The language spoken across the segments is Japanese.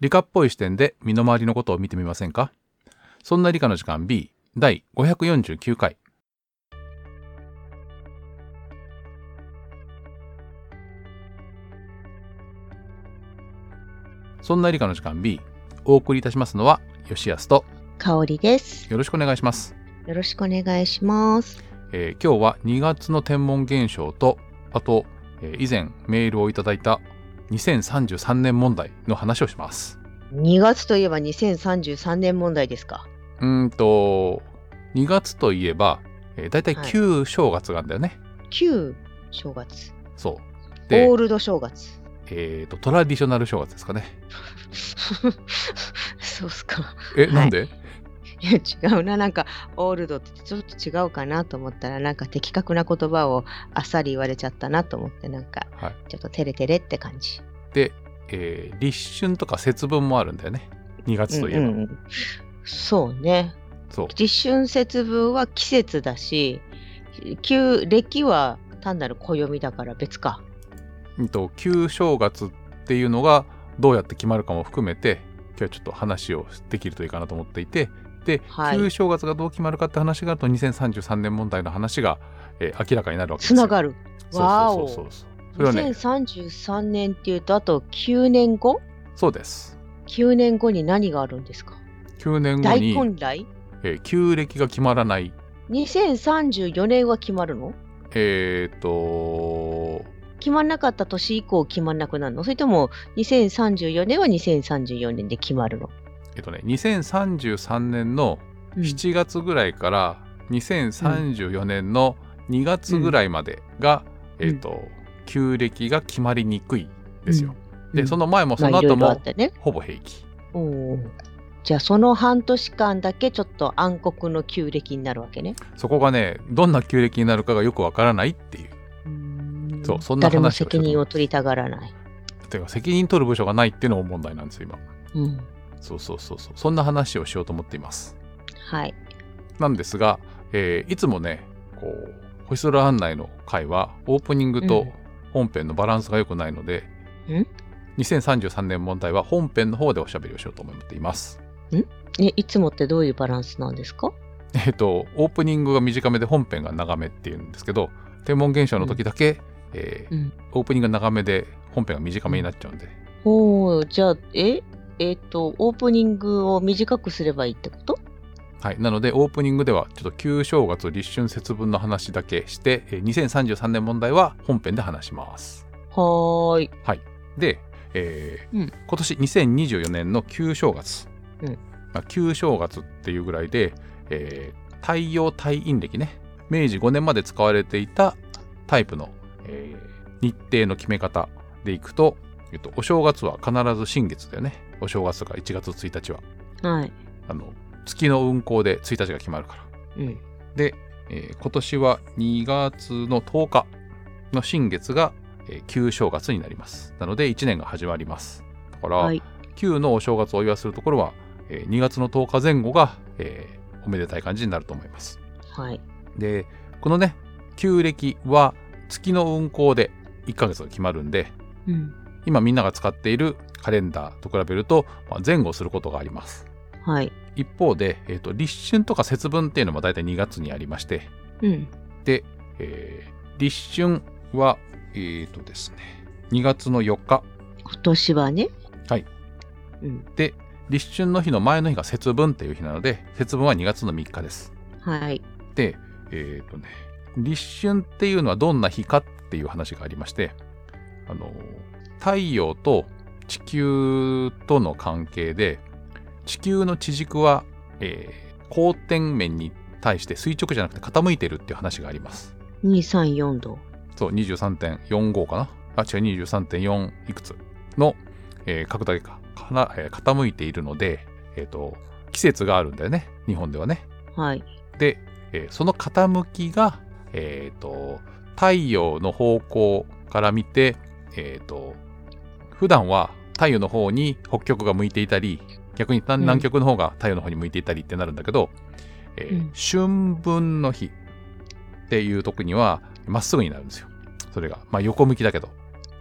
理科っぽい視点で身の回りのことを見てみませんか？そんな理科の時間 B 第549回。そんな理科の時間 B、 お送りいたしますのは吉安と香りです。 よろしくお願いします。 よろしくお願いします。 今日は2月の天文現象と、あと、以前メールをいただいた2033年問題の話をします。 2月といえば2033年問題ですか。 2月といえば、だいたい旧正月があるんだよね。 旧正月。 そうで、 オールド正月。 トラディショナル正月ですかね。 そうっすか。 なんで？ いや違うな、なんかオールドってちょっと違うかなと思ったら、なんか的確な言葉をあっさり言われちゃったなと思って、なんかちょっとテレテレって感じで、立春とか節分もあるんだよね、2月といえば。 そうね。 そう、 立春節分は季節だし、旧暦は単なる暦だから別か。 旧正月っていうのがどうやって決まるかも含めて、今日はちょっと話をできるといいかなと思っていて、で、旧正月がどう決まるかって話があると2033年問題の話が、明らかになるわけですよ。 つながる。わお。 そうそれはね、 2033年っていうとあと9年後？ そうです。 9年後に何があるんですか ？9年後に大混乱？ 旧暦が決まらない。 2034年は決まるの？決まんなかった年以降決まんなくなるの？それとも2034年は2034年で決まるの ？2033年の7月ぐらいから2034年の2月ぐらいまでが、旧暦が決まりにくいですよ。で、その前もその後もほぼ平気。 じゃあその半年間だけちょっと暗黒の旧暦になるわけね。 そこがね、どんな旧暦になるかがよくわからないっていう。そんな話を。 誰も責任を取りたがらない。 てか責任取る部署がないっていうのも問題なんですよ今。そうそんな話をしようと思っています。 はい。 なんですが、いつもね、こう星空案内の回はオープニングと本編のバランスが良くないので、2033年問題は本編の方でおしゃべりをしようと思っています。 いつもってどういうバランスなんですか？ オープニングが短めで本編が長めっていうんですけど、天文現象の時だけ、オープニングが長めで本編が短めになっちゃうんで。 じゃあオープニングを短くすればいいってこと？ はい。なのでオープニングではちょっと旧正月立春節分の話だけして、2033年問題は本編で話します。 はい。 で、今年2024年の旧正月、旧正月っていうぐらいで、太陽太陰暦ね、明治5年まで使われていたタイプの、日程の決め方でいくと、お正月は必ず新月だよね。お正月が1月1日は、月の運行で1日が決まるから、で、今年は2月の10日の新月が、旧正月になります。なので1年が始まります。だから、旧のお正月をお祝いするところは、2月の10日前後が、おめでたい感じになると思います。で、このね、旧暦は月の運行で1ヶ月が決まるんで、今みんなが使っているカレンダーと比べると、前後することがあります。一方で、立春とか節分っていうのもだいたい2月にありまして、で、立春はですね、2月の4日。 今年はね。 で、立春の日の前の日が節分っていう日なので、節分は2月の3日です。で、立春っていうのはどんな日かっていう話がありまして、太陽と地球との関係で、地球の地軸は、公転面に対して垂直じゃなくて傾いてるっていう話があります。 234度。 そう、23.45 かな。23.4 いくつの、角だけか傾いているので、季節があるんだよね、日本ではね。で、その傾きが、太陽の方向から見て、普段は太陽の方に北極が向いていたり、逆に南極の方が太陽の方に向いていたりってなるんだけど、春分の日っていう時にはまっすぐになるんですよ。それが横向きだけど、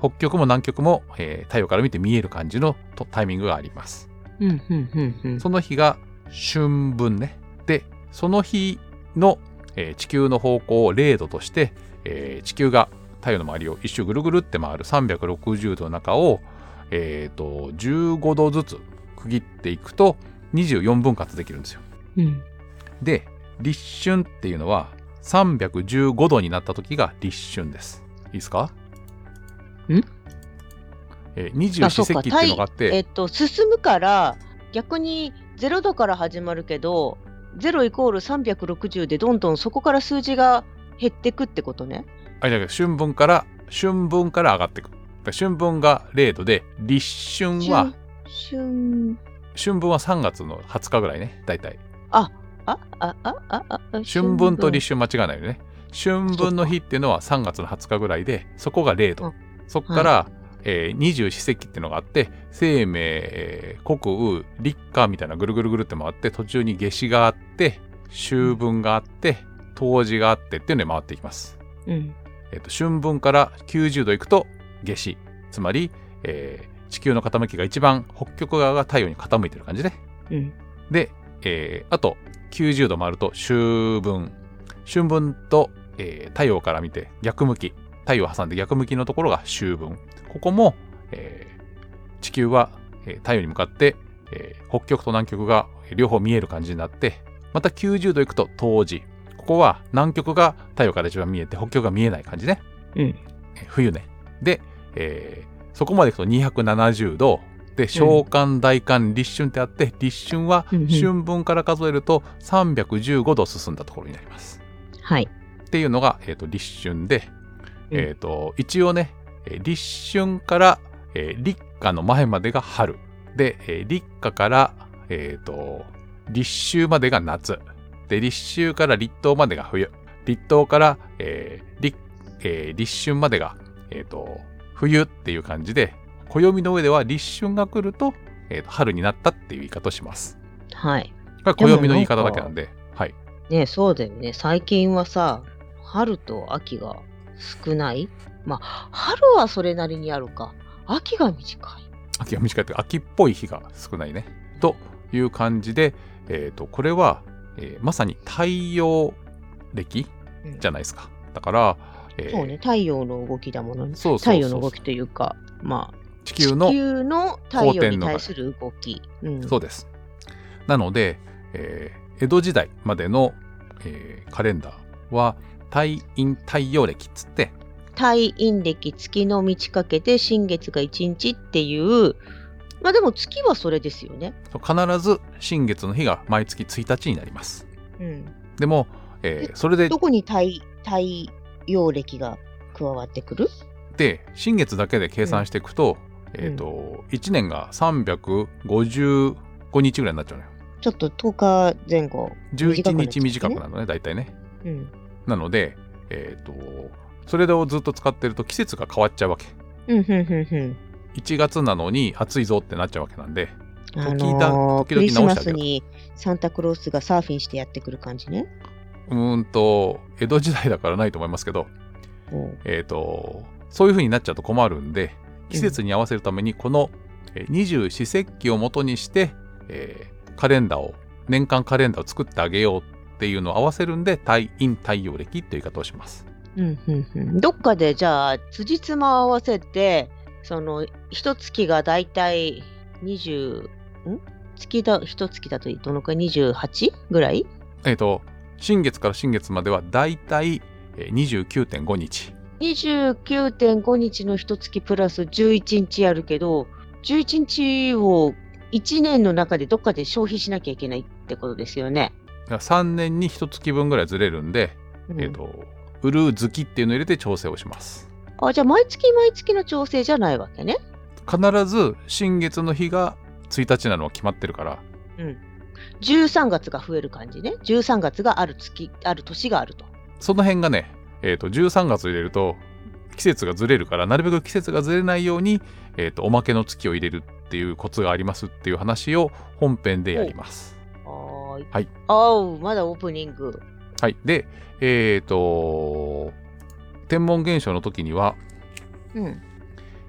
北極も南極も、太陽から見て見える感じのタイミングがあります。その日が春分ね。でその日の、地球の方向を0度として、地球が太陽の周りを一周ぐるぐるって回る360度の中を、15度ずつ区切っていくと24分割できるんですよ。で立春っていうのは315度になった時が立春です。いいですか？二十四節気っていうのがあって、 進むから逆に0度から始まるけど0イコール360でどんどんそこから数字が減ってくってことね。 だから春分から上がっていく。春分が0度で立春は春分は3月の20日ぐらいね、大体。春分と立春間違いないよね。春分の日っていうのは3月の20日ぐらいで、そこが0度。そこから、二十四節気っていうのがあって、生命、国雨、立夏みたいなぐるぐるぐるって回って、途中に夏至があって、秋分があって、冬至があってっていうので回っていきます。春分から90度いくと夏至。つまり、地球の傾きが一番北極側が太陽に傾いてる感じね。で、あと90度回ると秋分。春分と、太陽から見て逆向き。太陽を挟んで逆向きのところが秋分。ここも、地球は、太陽に向かって、北極と南極が両方見える感じになって、また90度いくと冬至。ここは南極が太陽から一番見えて北極が見えない感じね。冬ね。で、そこまでいくと270度で小寒大寒立春ってあって、立春は春分から数えると315度進んだところになります。っていうのが、立春で、一応ね立春から、立夏の前までが春で、立夏から、立秋までが夏で、立秋から立冬までが冬、立冬から、立春までが、冬っていう感じで、暦の上では立春が来ると、春になったっていう言い方をします。これ暦の言い方だけなんで。 ね、そうだよね。最近はさ、春と秋が少ない。春はそれなりにあるか。秋が短い。 秋が短いというか、秋っぽい日が少ないね。という感じで、これは、まさに太陽暦じゃないですか。だから、 そうね、太陽の動きだものね。太陽の動きというか、 地球の太陽に対する動き。 そうです。なので、江戸時代までの、カレンダーは太陽暦っつって、 太陰暦、月の満ち欠けて新月が1日っていう、でも月はそれですよね。 必ず新月の日が毎月1日になります。でも、それでどこに太陽暦が加わってくる？ で、新月だけで計算していくと、1年が355日ぐらいになっちゃうのよ。 ちょっと10日前後。 11日短くなるのね、大体ね。なので、それをずっと使ってると季節が変わっちゃうわけ。1月なのに暑いぞってなっちゃうわけなんで、時々 クリスマスにサンタクロースがサーフィンしてやってくる感じね。 江戸時代だからないと思いますけど、そういう風になっちゃうと困るんで、季節に合わせるためにこの二十四節気を元にして、年間カレンダーを作ってあげようっていうのを合わせるんで、太陽暦という言い方をします。 どっかでじゃあ辻褄を合わせて、その一月がだいたい一月だとどのくらい 28 ぐらい？ 新月から新月まではだいたい 29.5 日。 29.5 日の一月プラス11日あるけど、11日を1年の中でどっかで消費しなきゃいけないってことですよね。 3年に一月分ぐらいずれるんで、うる月っていうのを入れて調整をします。 じゃあ毎月毎月の調整じゃないわけね。 必ず新月の日が1日なのは決まってるから。 13月が増える感じね。13月がある年があると。 その辺がね、13月入れると季節がずれるから、なるべく季節がずれないように、おまけの月を入れるっていうコツがありますっていう話を本編でやります。はい。 まだオープニング。 はい。で、天文現象の時には、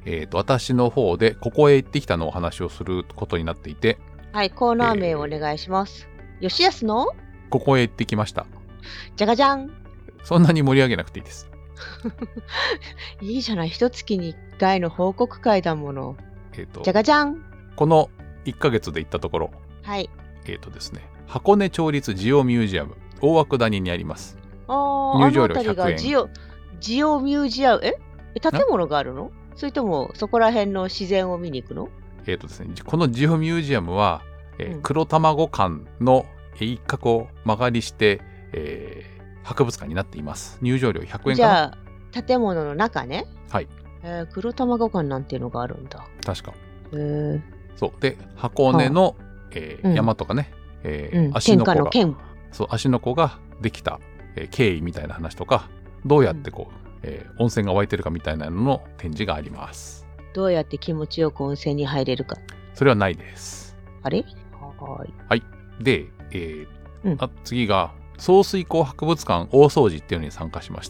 私の方でここへ行ってきたのお話をすることになっていて、 はい、コーナー名お願いします。吉安のここへ行ってきました。 じゃがじゃん。 そんなに盛り上げなくていいです。 いいじゃない、一月に1回の報告会だもの。じゃがじゃん。 この1ヶ月で行ったところ、 はい。 ですね、箱根町立ジオミュージアム大涌谷にあります。入場料100円。 ジオミュージアム、建物があるの？それともそこら辺の自然を見に行くの？ ですね、このジオミュージアムは、黒卵館の一角を間借りして、博物館になっています。入場料100円かな。 じゃあ建物の中ね。 はい。 黒卵館なんていうのがあるんだ。 確か。そうで箱根の、山とかね、芦ノ湖が芦ノ湖ができた、経緯みたいな話とか、どうやって温泉が湧いてるかみたいなのの展示があります。 どうやって気持ちよく温泉に入れるか。 それはないです。 あれ？ はい。で、次が送水溝博物館大掃除っていうのに参加しました。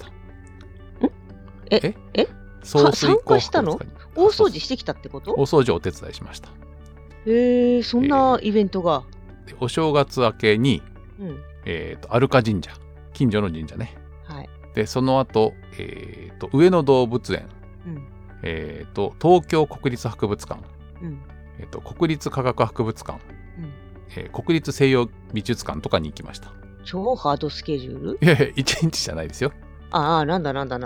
送水溝博物館したの？大掃除してきたってこと？ 大掃除をお手伝いしました。 そんなイベントが。 お正月明けに、有香神社、近所の神社ね。 はい。 でその後、上野動物園、東京国立博物館、国立科学博物館、国立西洋美術館とかに行きました。 超ハードスケジュール？ いやいや、1日じゃないですよ。 なんだ。はい。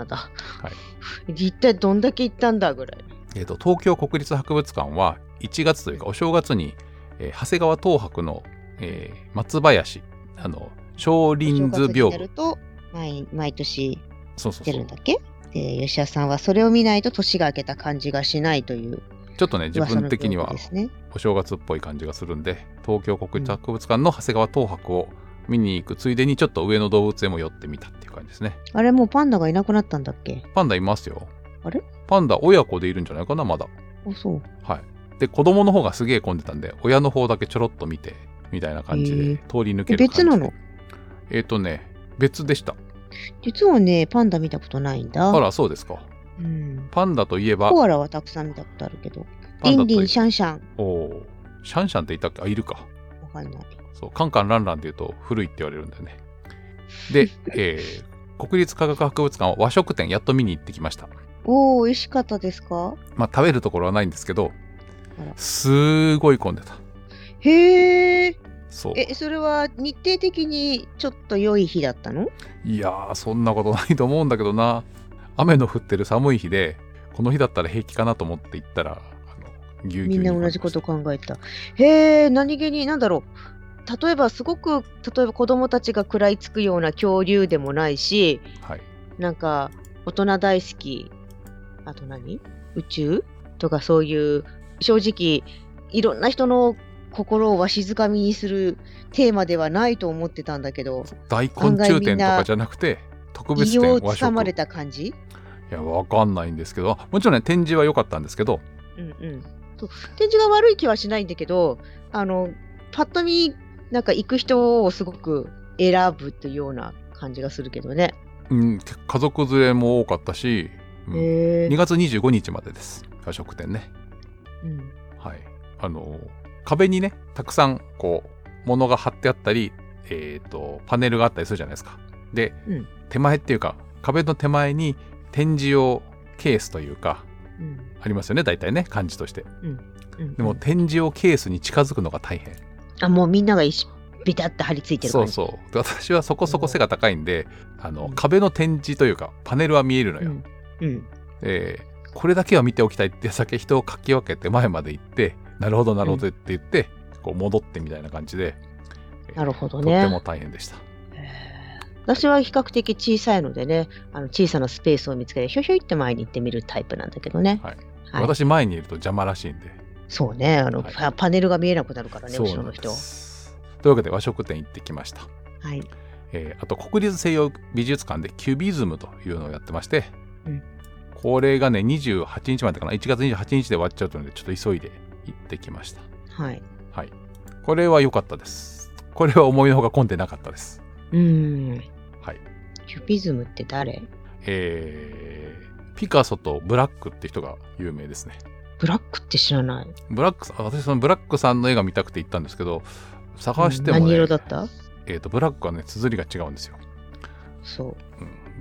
一体どんだけ行ったんだぐらい。 東京国立博物館は1月というかお正月に、長谷川東博の、松林少林図屏風になると毎年出るんだっけ？で吉田さんはそれを見ないと年が明けた感じがしないという。 ちょっとね自分的にはお正月っぽい感じがするんで、東京国立博物館の長谷川東博を見に行くついでにちょっと上野動物園も寄ってみたっていう感じですね。 あれもうパンダがいなくなったんだっけ？ パンダいますよ。 あれ？ パンダ親子でいるんじゃないかなまだ。 そう。 はい。で子供の方がすげえ混んでたんで親の方だけちょろっと見てみたいな感じで通り抜ける感じで。 別なの？ 別でした。 実はねパンダ見たことないんだ。 あらそうですか。パンダといえばコアラはたくさん見たことあるけど。リンリンシャンシャン。 シャンシャンっていたっけ？いるか。 わかんない。 そうカンカンランランって言うと古いって言われるんだよね。で、国立科学博物館は和食店やっと見に行ってきました。 美味しかったですか？ 食べるところはないんですけど、すごい混んでた。 へえ。 そう。 それは日程的にちょっと良い日だったの？ いやーそんなことないと思うんだけどな。雨の降ってる寒い日でこの日だったら平気かなと思って行ったらぎゅうぎゅうに。 みんな同じこと考えた。へえ。何気に例えば子供たちが食らいつくような恐竜でもないし、なんか大人大好き、あと宇宙とかそういう正直いろんな人の心をわしづかみにするテーマではないと思ってたんだけど、 大昆虫展とかじゃなくて特別展和食。 胃をつかまれた感じ？いやわかんないんですけど、もちろんね展示は良かったんですけど、 展示が悪い気はしないんだけど、パッと見行く人をすごく選ぶというような感じがするけどね。 家族連れも多かったし、2月25日までです和食店ね。はい。壁にねたくさん物が貼ってあったり、パネルがあったりするじゃないですか。で、手前っていうか壁の手前に展示用ケースというか、ありますよね大体ね感じとして。でも展示用ケースに近づくのが大変。 もうみんながビタッと張り付いてる感じ。 そうで私はそこそこ背が高いんで、壁の展示というかパネルは見えるのよ。これだけは見ておきたいってやつだけ人をかき分けて前まで行って、なるほどって言って戻ってみたいな感じで、 なるほどね。 とっても大変でした。 私は比較的小さいのでね、小さなスペースを見つけてひょひょいって前に行ってみるタイプなんだけどね。 私前にいると邪魔らしいんで。 そうね、パネルが見えなくなるからね、後ろの人。 というわけで和食店行ってきました。あと国立西洋美術館でキュビズムというのをやってまして、これがね28日までかな、1月28日で終わっちゃうのでちょっと急いで行ってきました。これは良かったです。これは思いのほか混んでなかったです。 キュビズムって誰？ ピカソとブラックって人が有名ですね。 ブラックって知らない。 私そのブラックさんの絵が見たくて行ったんですけど、探してもね、 何色だった？ ブラックはね、綴りが違うんですよ。 そう。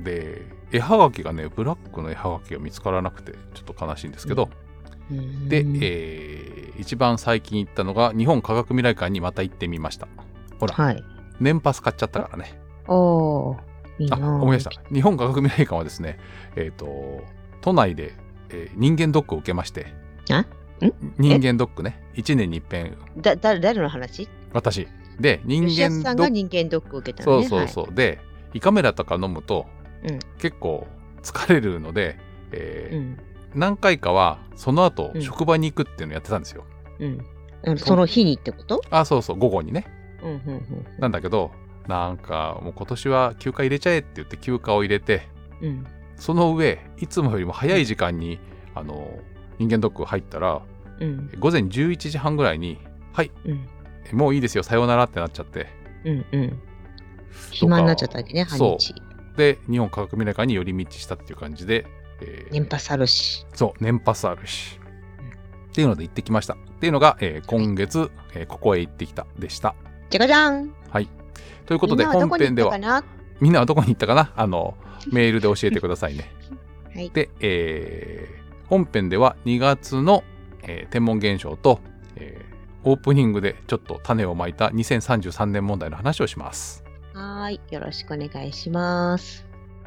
で、絵はがきがね、ブラックの絵はがきが見つからなくて、ちょっと悲しいんですけど、で、一番最近行ったのが、日本科学未来館にまた行ってみました。ほら、はい、年パス買っちゃったからね。 いいな。 思い出した。日本科学未来館はですね、都内で、人間ドックを受けまして、人間ドックね、1年に一遍。 誰の話？ 私。で、人間ドック。さんが人間ドックを受けたのね。 そう。はい、で、胃カメラとか飲むと、結構疲れるので、何回かはその後、職場に行くっていうのをやってたんですよ。 その日にってこと？ そう、午後にね。なんだけど、なんかもう今年は休暇入れちゃえって言って休暇を入れて、その上いつもよりも早い時間に人間ドック入ったら、午前11時半ぐらいにはい、もういいですよさようならってなっちゃって、 暇になっちゃったわけね、半日。 で日本科学未来館に寄り道したっていう感じで、 年パスあるし、 そう年パスあるし、っていうので行ってきましたっていうのが、今月、ここへ行ってきたでした。 じゃがじゃん。 はい、ということで本編ではみんなはどこに行ったかな、メールで教えてくださいね。 はい、 で、本編では2月の、天文現象と、オープニングでちょっと種をまいた2033年問題の話をします。 はい、よろしくお願いします。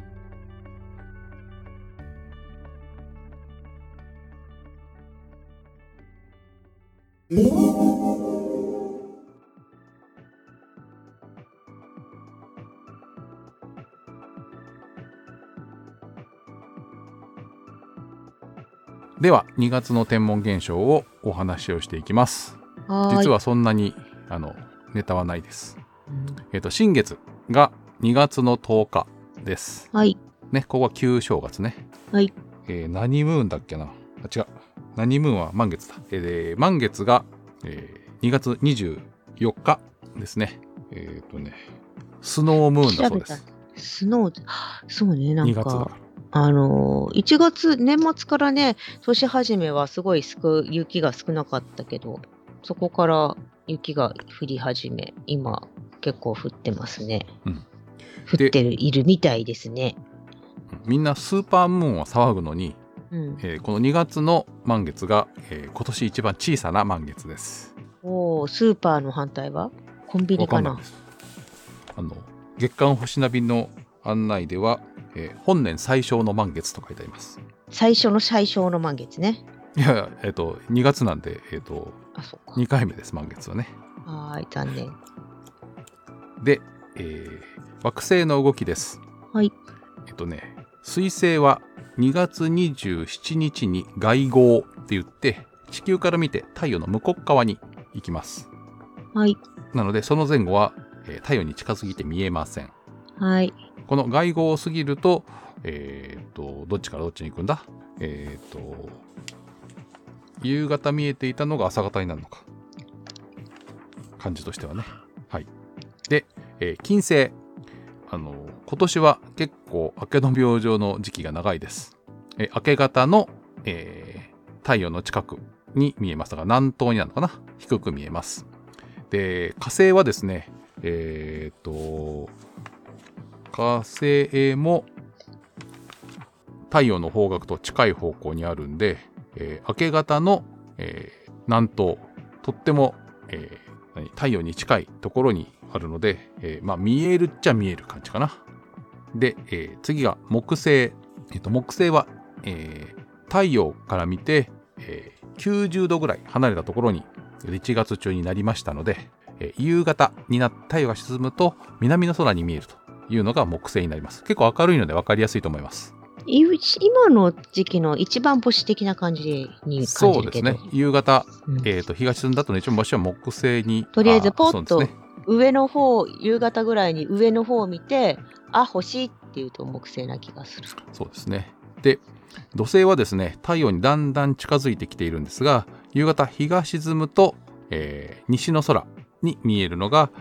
では2月の天文現象をお話をしていきます。実はそんなにネタはないです。新月が2月の10日です。 はい。 ね、ここは旧正月ね。 はい。 何ムーンだっけな。違う。何ムーンは満月だ。満月が、2月24日ですね。スノームーンだそうです。 スノー、そうね、なんか。 2月だから。 1月、年末からね、年始めはすごい雪が少なかったけど、そこから雪が降り始め、今結構降ってますね。降っているみたいですね。 みんなスーパームーンは騒ぐのに、この2月の満月が、今年一番小さな満月です。 スーパーの反対はコンビニかな。 月刊星ナビの案内では、本年最小の満月と書いてあります。 最小の満月ね。 いや、2月なんで、そうか2回目です、満月はね。 はい、残念。 で、惑星の動きです。 はい。 水星は2月27日に外号って言って、地球から見て太陽の向こう側に行きます。 はい。 なので、その前後は、太陽に近すぎて見えません。 はい。 この外号を過ぎると、どっちからどっちに行くんだ？夕方見えていたのが朝方になるのか。感じとしてはね。はい。で、金星。今年は結構明けの明星の時期が長いです。明け方の、太陽の近くに見えますが、南東になるのかな？低く見えます。で、火星はですね、火星も太陽の方角と近い方向にあるんで、明け方の、南東、とっても、太陽に近いところにあるので、見えるっちゃ見える感じかな。で、次が木星。木星は、太陽から見て、90度ぐらい離れたところに1月中になりましたので、夕方になって太陽が沈むと南の空に見えるというのが木星になります。結構明るいので分かりやすいと思います。 今の時期の一番星的な感じに感じるけど。 そうですね。夕方、日が沈んだ後の一番星は木星に。 とりあえずポッと上の方、夕方ぐらいに上の方を見て、星っていうと木星な気がする。 そうですね。で、土星はですね、太陽にだんだん近づいてきているんですが、夕方日が沈むと、西の空に見えるのが、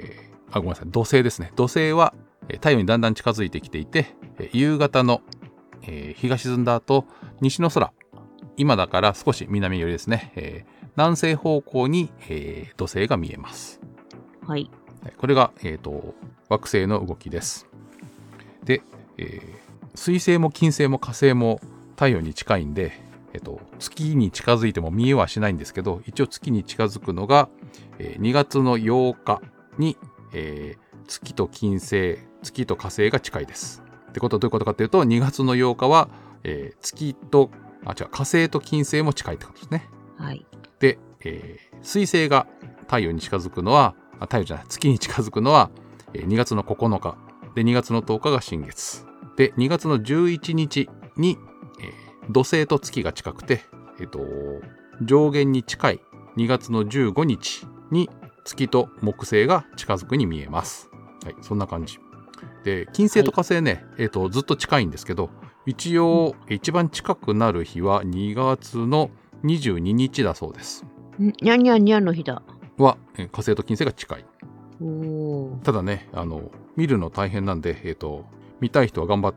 ごめんなさい、土星ですね。土星は太陽にだんだん近づいてきていて、夕方の日が沈んだ後、西の空、今だから少し南寄りですね、南西方向に、土星が見えます。 はい。 これが、惑星の動きです。で、水星も金星も火星も太陽に近いんで、月に近づいても見えはしないんですけど、一応月に近づくのが、2月の8日に、月と金星、月と火星が近いです。ってことはどういうことかというと、2月の8日は、火星と金星も近いってことですね。 はい。 で、水星が太陽に近づくのは、月に近づくのは、2月の9日。で、2月の10日が新月。で、2月の11日に、土星と月が近くて、上限に近い2月の15日に月と木星が近づくに見えます。はい、そんな感じ。で、金星と火星ね、ずっと近いんですけど、一応、一番近くなる日は2月の22日だそうです。 にゃんにゃんにゃんの日だ。 は、火星と金星が近い。 おただね、見るの大変なんで、見たい人は頑張って、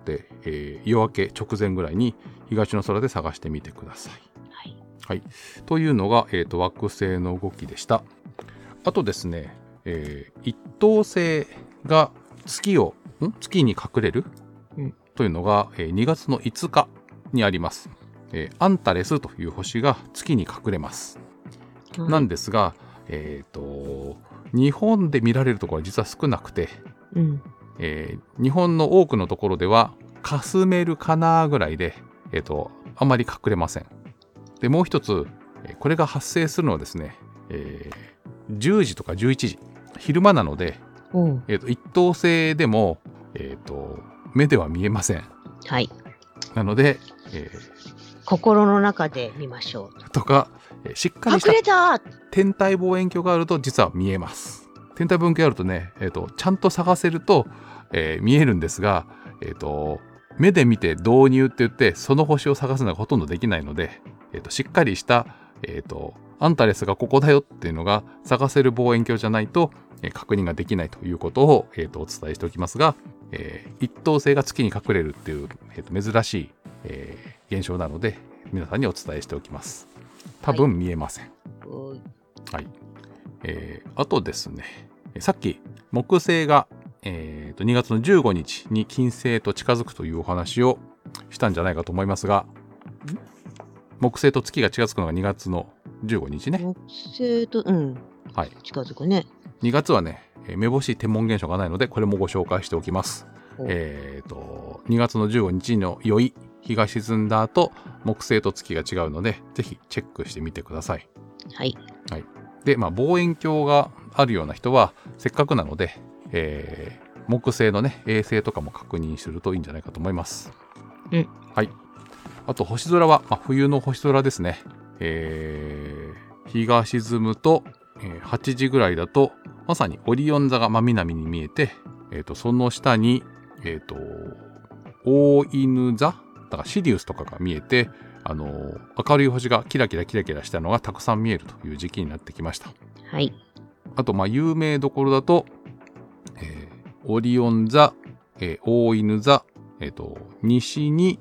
夜明け直前ぐらいに東の空で探してみてください。 はい。 はい、というのが、惑星の動きでした。あとですね、一等星が月に隠れる、というのが、2月の5日にあります。アンタレスという星が月に隠れます。なんですが、日本で見られるところは実は少なくて、日本の多くのところではかすめるかなぐらいで、あまり隠れません。で、もう一つ、これが発生するのはですね、10時とか11時、昼間なので、一等星でも、目では見えません。 はい。 なので、 心の中で見ましょう。 とか、しっかりした天体望遠鏡があると実は見えます。天体望遠鏡があるとね、ちゃんと探せると、見えるんですが、目で見て導入って言ってその星を探すのがほとんどできないので、しっかりした、アンタレスがここだよっていうのが探せる望遠鏡じゃないと、確認ができないということを、お伝えしておきますが、一等星が月に隠れるっていう、珍しい、現象なので皆さんにお伝えしておきます。多分見えません。はい。あとですね、さっき木星が、2月の15日に金星と近づくというお話をしたんじゃないかと思いますが、木星と月が近づくのが2月の15日ね。 木星と、はい、近づくね。 2月はね、めぼしい天文現象がないので、これもご紹介しておきます。2月の15日の宵、日が沈んだ後、木星と月が違うので、ぜひチェックしてみてください。 はい。 はい。で、望遠鏡があるような人は、せっかくなので、木星のね、衛星とかも確認するといいんじゃないかと思います。はい。あと、星空は、冬の星空ですね。日が沈むと、8時ぐらいだと、まさにオリオン座が真南に見えて、その下に、大犬座だからシリウスとかが見えて、明るい星がキラキラキラキラしたのがたくさん見えるという時期になってきました。 はい。 あと、有名どころだと、オリオン座、大犬座、西に、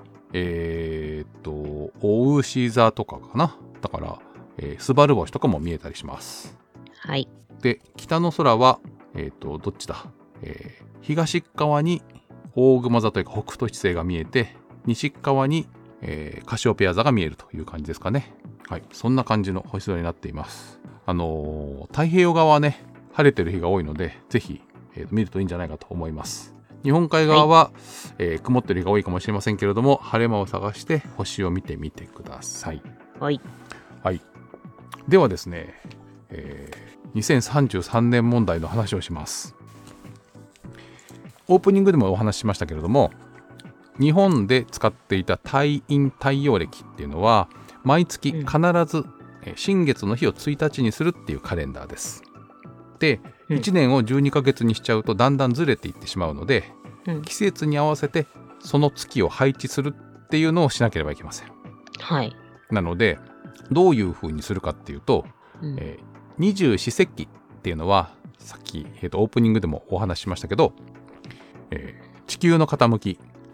お牛座とかかな。だから、スバル星とかも見えたりします。 はい。 で、北の空は、どっちだ、東側に大熊座というか北斗七星が見えて、西側に、カシオペア座が見えるという感じですかね。はい。そんな感じの星空になっています。太平洋側はね、晴れてる日が多いので、ぜひ、見るといいんじゃないかと思います。日本海側は、曇ってる日が多いかもしれませんけれども、晴れ間を探して星を見てみてください。 はい。 はい。ではですね、2033年問題の話をします。オープニングでもお話ししましたけれども、日本で使っていた太陰太陽暦っていうのは、毎月必ず新月の日を1日にするっていうカレンダーです。で、1年を12ヶ月にしちゃうとだんだんずれていってしまうので、季節に合わせてその月を配置するっていうのをしなければいけません。 はい。 なので、どういう風にするかっていうと、二十四節気っていうのは、さっき、オープニングでもお話ししましたけど、地球の傾きと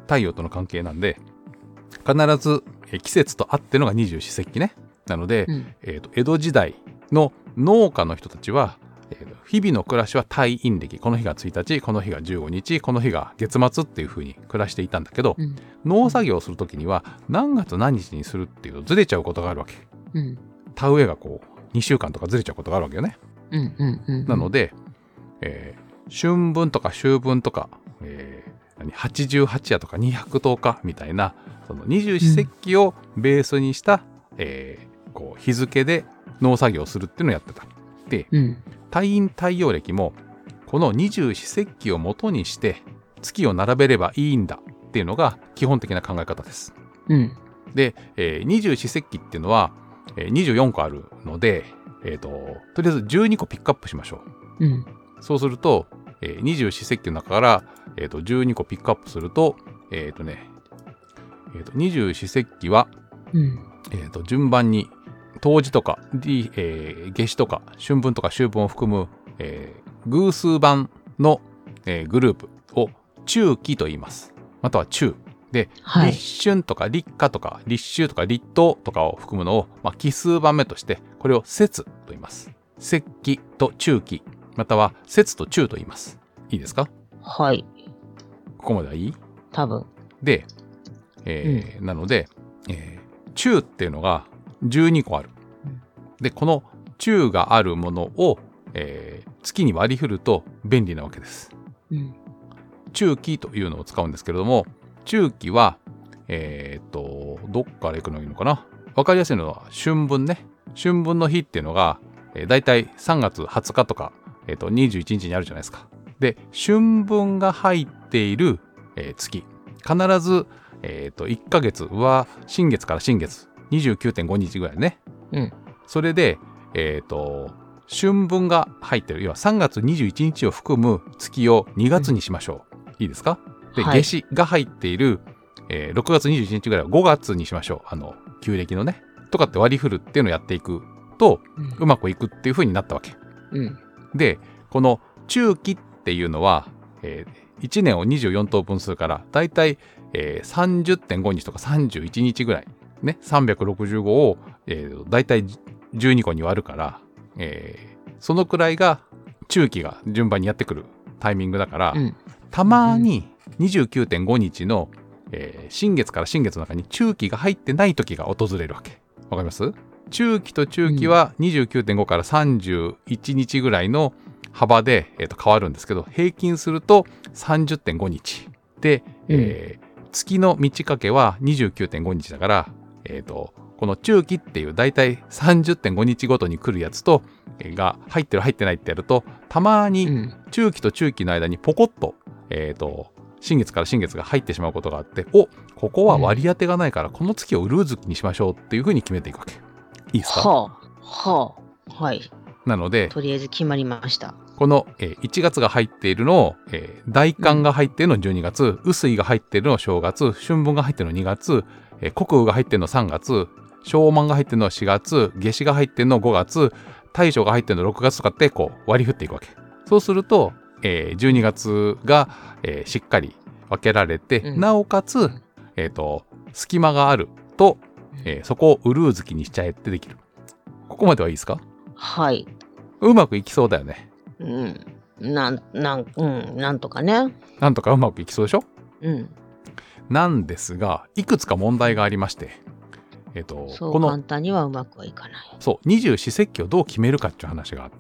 太陽との関係なんで、必ず季節とあってのが二十四節気ね。なので、江戸時代の農家の人たちは、日々の暮らしは太陰暦、この日が1日、この日が15日、この日が月末っていう風に暮らしていたんだけど、農作業をするときには何月何日にするっていうとずれちゃうことがあるわけ。田植えがこう2週間とかずれちゃうことがあるわけよね。なので、春分とか秋分とか、88夜とか210日みたいなその二十四節気をベースにした、こう日付で農作業をするっていうのをやってた。で、太陰太陽暦もこの二十四節気を元にして月を並べればいいんだっていうのが基本的な考え方です。で、二十四節気っていうのは、24個あるので、とりあえず12個ピックアップしましょう。そうすると、二十四節気の中から、12個ピックアップすると、二十四節気は、順番に冬至とか、夏至とか春分とか秋分を含む、偶数番の、グループを中期と言います。または中で、立春とか立夏とか立秋とか立冬とかを含むのを、奇数番目としてこれを節と言います。節気と中期または節と中と言います。いいですか？ はい。 ここまではいい？ 多分。 で、なので、中っていうのが12個ある。で、この中があるものを、月に割り振ると便利なわけです。中期というのを使うんですけれども、中期は、どっから行くのがいいのかな。わかりやすいのは春分ね。春分の日っていうのが、だいたい3月20日とか、21日にあるじゃないですか。で、春分が入っている、月。必ず、1ヶ月は新月から新月 29.5 日ぐらいね。それで、春分が入ってる、要は3月21日を含む月を2月にしましょう。いいですか？で、夏至が入っている、6月21日ぐらいは5月にしましょう。旧暦のね。とかって割り振るっていうのをやっていくと、うまくいくっていう風になったわけ。で、この中期っていうのは、1年を24等分するから、だいたい 30.5 日とか31日ぐらい。ね、365を、だいたい12個に割るから、そのくらいが中期が順番にやってくるタイミングだから、たまに 29.5 日の、新月から新月の中に中期が入ってない時が訪れるわけ。わかります？中期と中期は 29.5 から31日ぐらいの幅で、変わるんですけど、平均すると 30.5 日で、月の満ち欠けは 29.5 日だから、この中期っていうだいたい 30.5 日ごとに来るやつと、が入ってる入ってないってやると、たまに中期と中期の間にポコッと、新月から新月が入ってしまうことがあって、ここは割り当てがないから、この月をウルー月にしましょうっていうふうに決めていくわけ。いいですか？ はい。 なので、 とりあえず決まりました。 この1月が入っているのを、大寒が入っているの12月、雨水が入っているの正月、春分が入っているの2月、穀雨が入っているの3月、小満が入っているの4月、夏至が入っているの5月、大暑が入っているの6月とかってこう割り振っていくわけ。そうすると、12月が、しっかり分けられて、なおかつ、隙間があると、そこをウルー月にしちゃえってできる。ここまではいいですか？ はい。 うまくいきそうだよね。 なんとかね。 なんとかうまくいきそうでしょ？なんですが、いくつか問題がありまして、 そう簡単にはうまくはいかない。 そう、二十四節気をどう決めるかっていう話があって。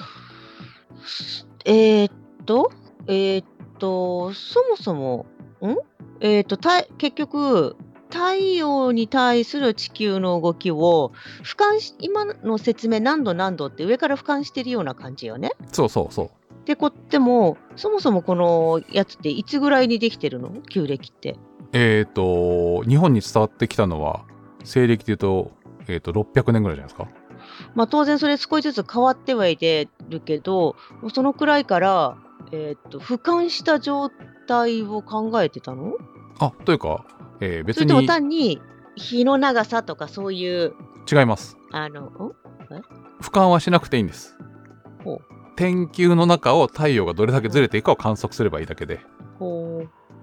そもそも、結局、太陽に対する地球の動きを今の説明何度って上から俯瞰してるような感じよね。 そう。 でもそもそもこのやつっていつぐらいにできてるの？旧暦って。 日本に伝わってきたのは西暦でいうと、600年ぐらいじゃないですか。 当然それ少しずつ変わってはいてるけど、そのくらいから、俯瞰した状態を考えてたの？というか、別にそれとも単に日の長さとかそういう。 違います。俯瞰はしなくていいんです。天球の中を太陽がどれだけずれていくかを観測すればいいだけで、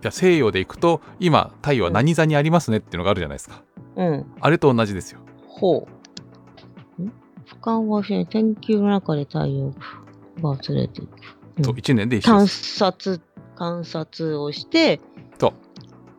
や西洋でいくと今太陽は何座にありますねっていうのがあるじゃないですか。あれと同じですよ。 ほう。俯瞰はしない。天球の中で太陽がずれていく。 そう、1年で一緒です。 観察をして、 そう。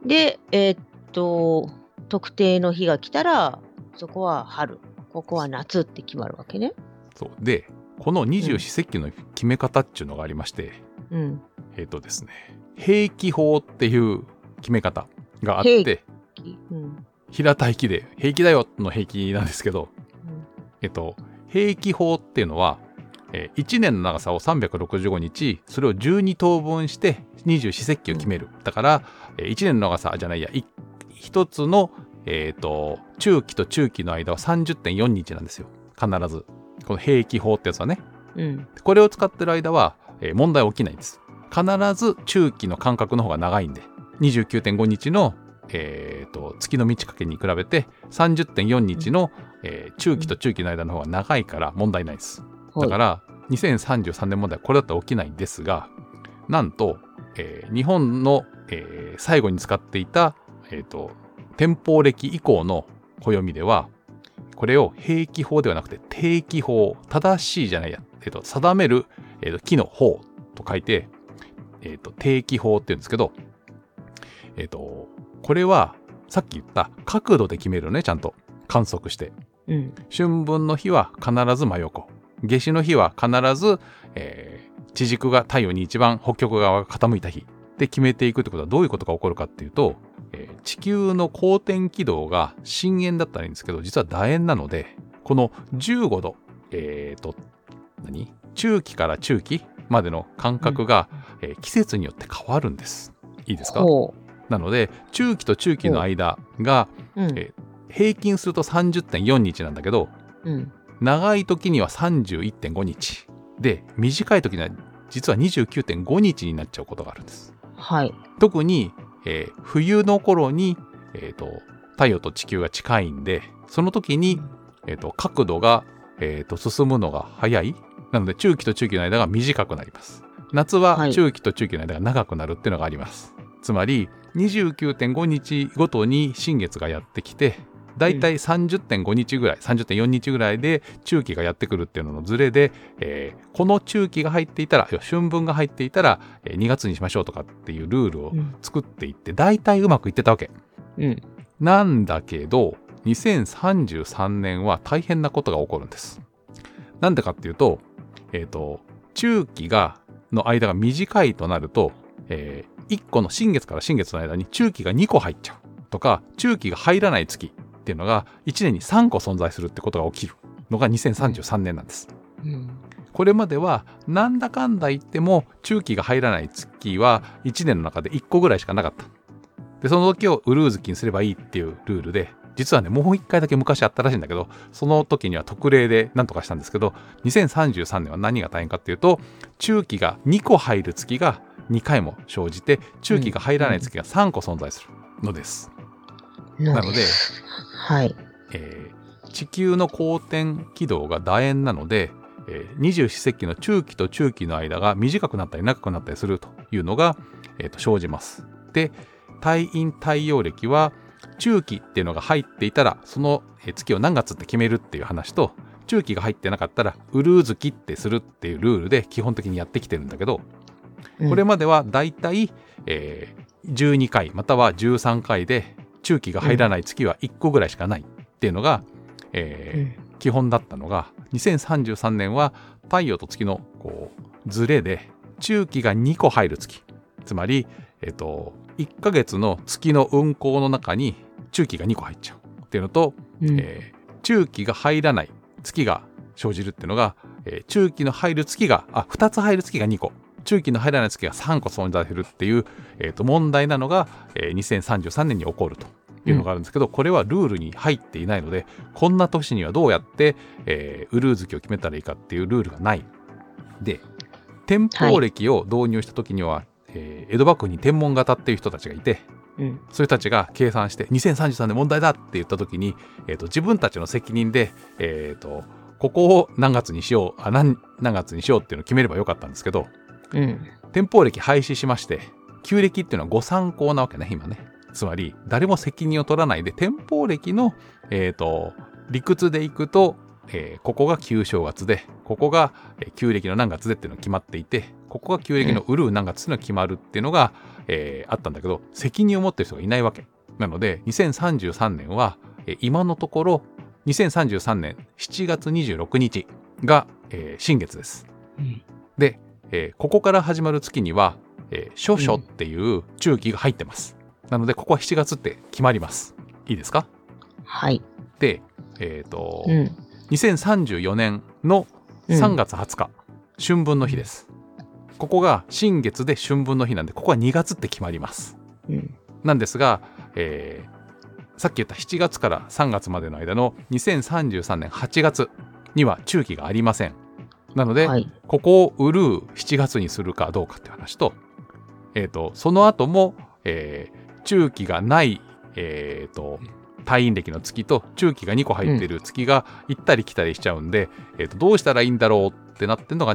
で、特定の日が来たら、そこは春、ここは夏って決まるわけね。 そう。で、この二十四節気の決め方っていうのがありまして、ですね、平気法っていう決め方があって、平たい気で平気だよの平気なんですけど、平気法っていうのは、1年の長さを365日、それを12等分して二十四節気を決める。だから、1年の長さじゃないや、一つの、中期と中期の間は 30.4 日なんですよ。必ず。この平気法ってやつはね。これを使ってる間は、問題起きないんです。必ず中期の間隔の方が長いんで、29.5 日の、月の満ち欠けに比べて 30.4 日の、中期と中期の間の方が長いから問題ないです。だから2033年問題はこれだったら起きないんですが、なんと、日本の、最後に使っていた、天保暦以降の暦ではこれを平気法ではなくて定期法、正しいじゃないや、定める、期の法と書いて、定期法って言うんですけど、これはさっき言った角度で決めるのね。ちゃんと観測して、春分の日は必ず真横、夏至の日は必ず、地軸が太陽に一番北極側が傾いた日で決めていくってことはどういうことが起こるかっていうと、地球の公転軌道が震源だったらいいんですけど、実は楕円なので、この15度、中期から中期までの間隔が、季節によって変わるんです。いいですか？なので中期と中期の間が、平均すると 30.4 日なんだけど、長い時には 31.5 日で、短い時には実は 29.5 日になっちゃうことがあるんです。特に、冬の頃に、太陽と地球が近いんで、その時に、角度が、進むのが早い。なので中期と中期の間が短くなります。夏は中期と中期の間が長くなるっていうのがあります。つまり 29.5 日ごとに新月がやってきて、だいたい 30.5 日ぐらい、30.4 日ぐらいで中期がやってくるっていうののズレで、この中期が入っていたら、春分が入っていたら、2月にしましょうとかっていうルールを作っていって、だいたいうまくいってたわけ。なんだけど、2033年は大変なことが起こるんです。なんでかっていうと、中期の間が短いとなると、1個の新月から新月の間に中期が2個入っちゃうとか、中期が入らない月っていうのが1年に3個存在するってことが起きるのが2033年なんです。これまではなんだかんだ言っても中期が入らない月は1年の中で1個ぐらいしかなかった。で、その時をウルー月にすればいいっていうルールで、実はね、もう1回だけ昔あったらしいんだけど、その時には特例で何とかしたんですけど、2033年は何が大変かっていうと、中期が2個入る月が2回も生じて、中期が入らない月が3個存在するのです。なので、地球の公転軌道が楕円なので、二十四節気の中期と中期の間が短くなったり長くなったりするというのが、生じます。で、太陰太陽暦は中期っていうのが入っていたらその月を何月って決めるっていう話と、中期が入ってなかったらウルー月ってするっていうルールで基本的にやってきてるんだけど、これまではだいたい12回または13回で中期が入らない月は1個ぐらいしかないっていうのが、基本だったのが、2033年は太陽と月のズレで中期が2個入る月、つまり、1ヶ月の月の運行の中に中期が2個入っちゃうっていうのと、中期が入らない月が生じるっていうのが、中期の入る月が2つ入る月が2個、中期の入らない月が3個存在するっていう、問題なのが、2033年に起こるというのがあるんですけど、これはルールに入っていないので、こんな年にはどうやって、ウルー月を決めたらいいかっていうルールがない。で、天保暦を導入した時には、江戸幕府に天文方っていう人たちがいて、そういう人たちが計算して2033年問題だって言った時に、自分たちの責任で、ここを何月にしよう何月にしようっていうのを決めればよかったんですけど、天保暦廃止しまして、 旧暦っていうのはご参考なわけね今ね。つまり誰も責任を取らないで天保暦の、理屈でいくと、ここが旧正月でここが旧暦の何月でっていうのが決まっていて、ここが旧暦のうるう何月っていうのが決まるっていうのが、あったんだけど、責任を持ってる人がいないわけなので、2033年は、今のところ2033年7月26日が、新月です、で、ここから始まる月には、初暑っていう中期が入ってます、なのでここは7月って決まります。いいですか？ はい。 で、2034年の3月20日、春分の日です。ここが新月で春分の日なんで、ここは2月って決まります、なんですが、さっき言った7月から3月までの間の2033年8月には中期がありません。なので、ここをうるう7月にするかどうかっていう話と、その後も、中期がない、太陰暦の月と中期が2個入っている月が行ったり来たりしちゃうんで、どうしたらいいんだろうってなってるのが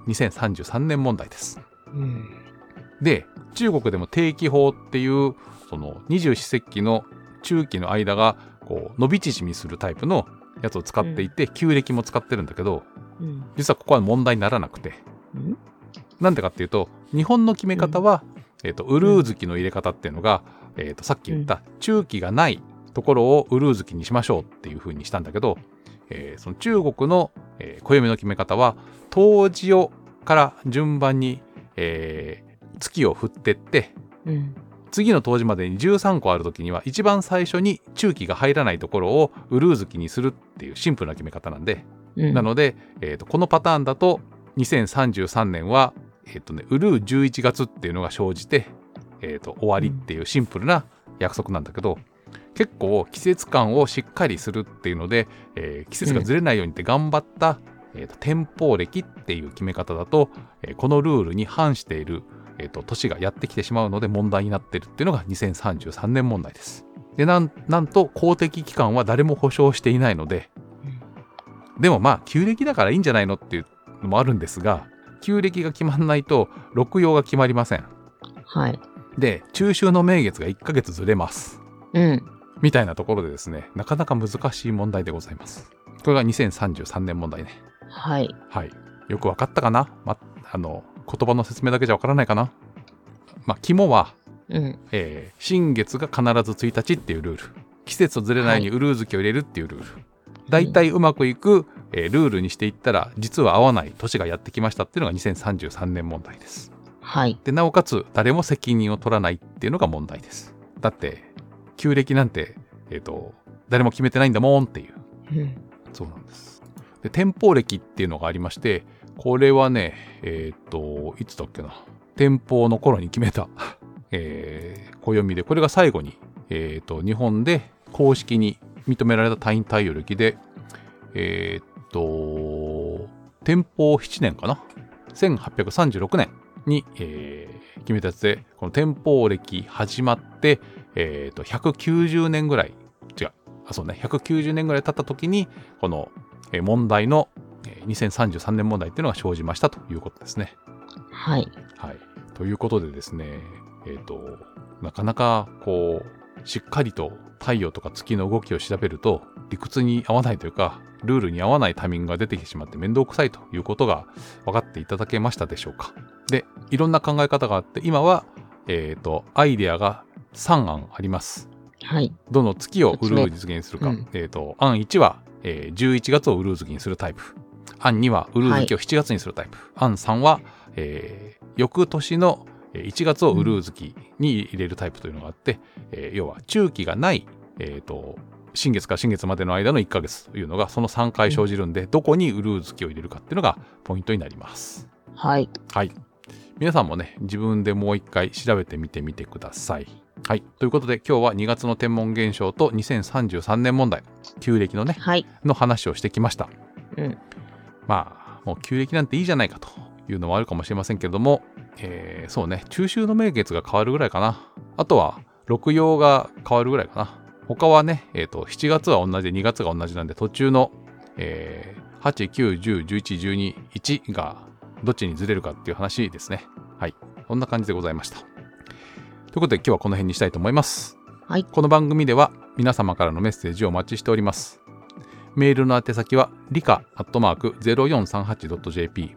2033年問題です、で、中国でも定期法っていうその二十四節気の中期の間がこう伸び縮みするタイプのやつを使っていて、旧暦も使ってるんだけど、実はここは問題にならなくて、なんでかっていうと、日本の決め方は、うるう月の入れ方っていうのが、さっき言った中期がないところをうるう月にしましょうっていう風にしたんだけど、その中国の、暦の決め方は冬至夜から順番に、月を振ってって、次の冬至までに13個ある時には一番最初に中期が入らないところをうるう月にするっていうシンプルな決め方なんで、なので、このパターンだと2033年は、うるう11月っていうのが生じて、終わりっていうシンプルな約束なんだけど、結構季節感をしっかりするっていうので、季節がずれないようにって頑張った、天保暦っていう決め方だと、このルールに反している、年がやってきてしまうので問題になっているっていうのが2033年問題です。で、なんと公的機関は誰も保証していないので、でもまあ旧暦だからいいんじゃないのっていうのもあるんですが、旧暦が決まらないと六曜が決まりません。 はい。 で、中秋の名月が1ヶ月ずれます。みたいなところでですね、なかなか難しい問題でございます。これが2033年問題ね。 はい。 はい。よくわかったかな？言葉の説明だけじゃわからないかな？肝は、新月が必ず1日っていうルール。季節をずれないようにうるう月を入れるっていうルール。だいたいうまくいく、ルールにしていったら、実は合わない年がやってきましたっていうのが2033年問題です。 はい。 で、なおかつ誰も責任を取らないっていうのが問題です。だって、旧暦なんて、誰も決めてないんだもんっていう。そうなんです。で、天保暦っていうのがありまして、これはね、いつだっけな。天保の頃に決めた、暦で、これが最後に、日本で公式に認められた太陰太陽暦で、天保7年かな。1836年に、決めたやつで、この天保暦始まって、190年ぐらい、190年ぐらい経った時に、この問題の2033年問題っていうのが生じましたということですね。 はい。 はい。ということでですね、なかなかこう、しっかりと太陽とか月の動きを調べると、理屈に合わないというか、ルールに合わないタイミングが出てきてしまって面倒くさいということが分かっていただけましたでしょうか。で、いろんな考え方があって、今は、アイデアが3案あります。 はい。 どの月をうるう月にするか。案1は、11月をうるう月にするタイプ。案2はうるう月を7月にするタイプ。案3は、翌年の1月をうるう月に入れるタイプというのがあって、要は中期がない、新月から新月までの間の1ヶ月というのがその3回生じるんで、どこにうるう月を入れるかっていうのがポイントになります。 はい。 はい。皆さんもね、自分でもう一回調べてみてみてください。はい。ということで今日は2月の天文現象と2033年問題、旧暦のね、の話をしてきました。まあ、もう旧暦なんていいじゃないかというのもあるかもしれませんけれども、そうね、中秋の名月が変わるぐらいかな。あとは、六曜が変わるぐらいかな。他はね、7月は同じで2月が同じなんで、途中の、8、9、10、11、12、1がどっちにずれるかっていう話ですね。はい。こんな感じでございました。 ということで今日はこの辺にしたいと思います。 はい。 この番組では皆様からのメッセージをお待ちしております。メールの宛先はrika@0438.jp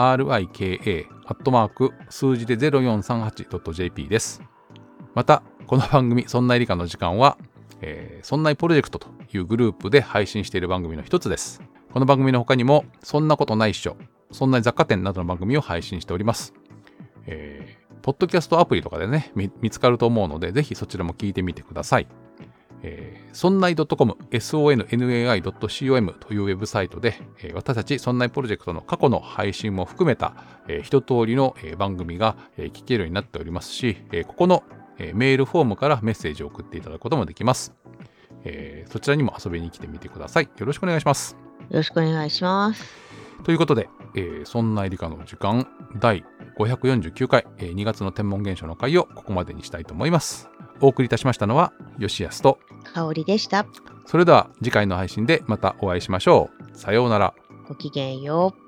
rika@ 数字で 0438.jp です。またこの番組そんな理科の時間は、そんなプロジェクトというグループで配信している番組の一つです。この番組の他にもそんなことないっしょ、そんな雑貨店などの番組を配信しております。ポッドキャストアプリとかでね 見つかると思うので、ぜひそちらも聞いてみてください。そんない .com sonnai.com というウェブサイトで、私たちそんないプロジェクトの過去の配信も含めた、一通りの、番組が、聞けるようになっておりますし、ここの、メールフォームからメッセージを送っていただくこともできます。そちらにも遊びに来てみてください。よろしくお願いします。 よろしくお願いします。 ということで、そんな理科の時間第549回、2月の天文現象の回をここまでにしたいと思います。お送りいたしましたのは吉安と香りでした。 それでは次回の配信でまたお会いしましょう。さようなら。 ごきげんよう。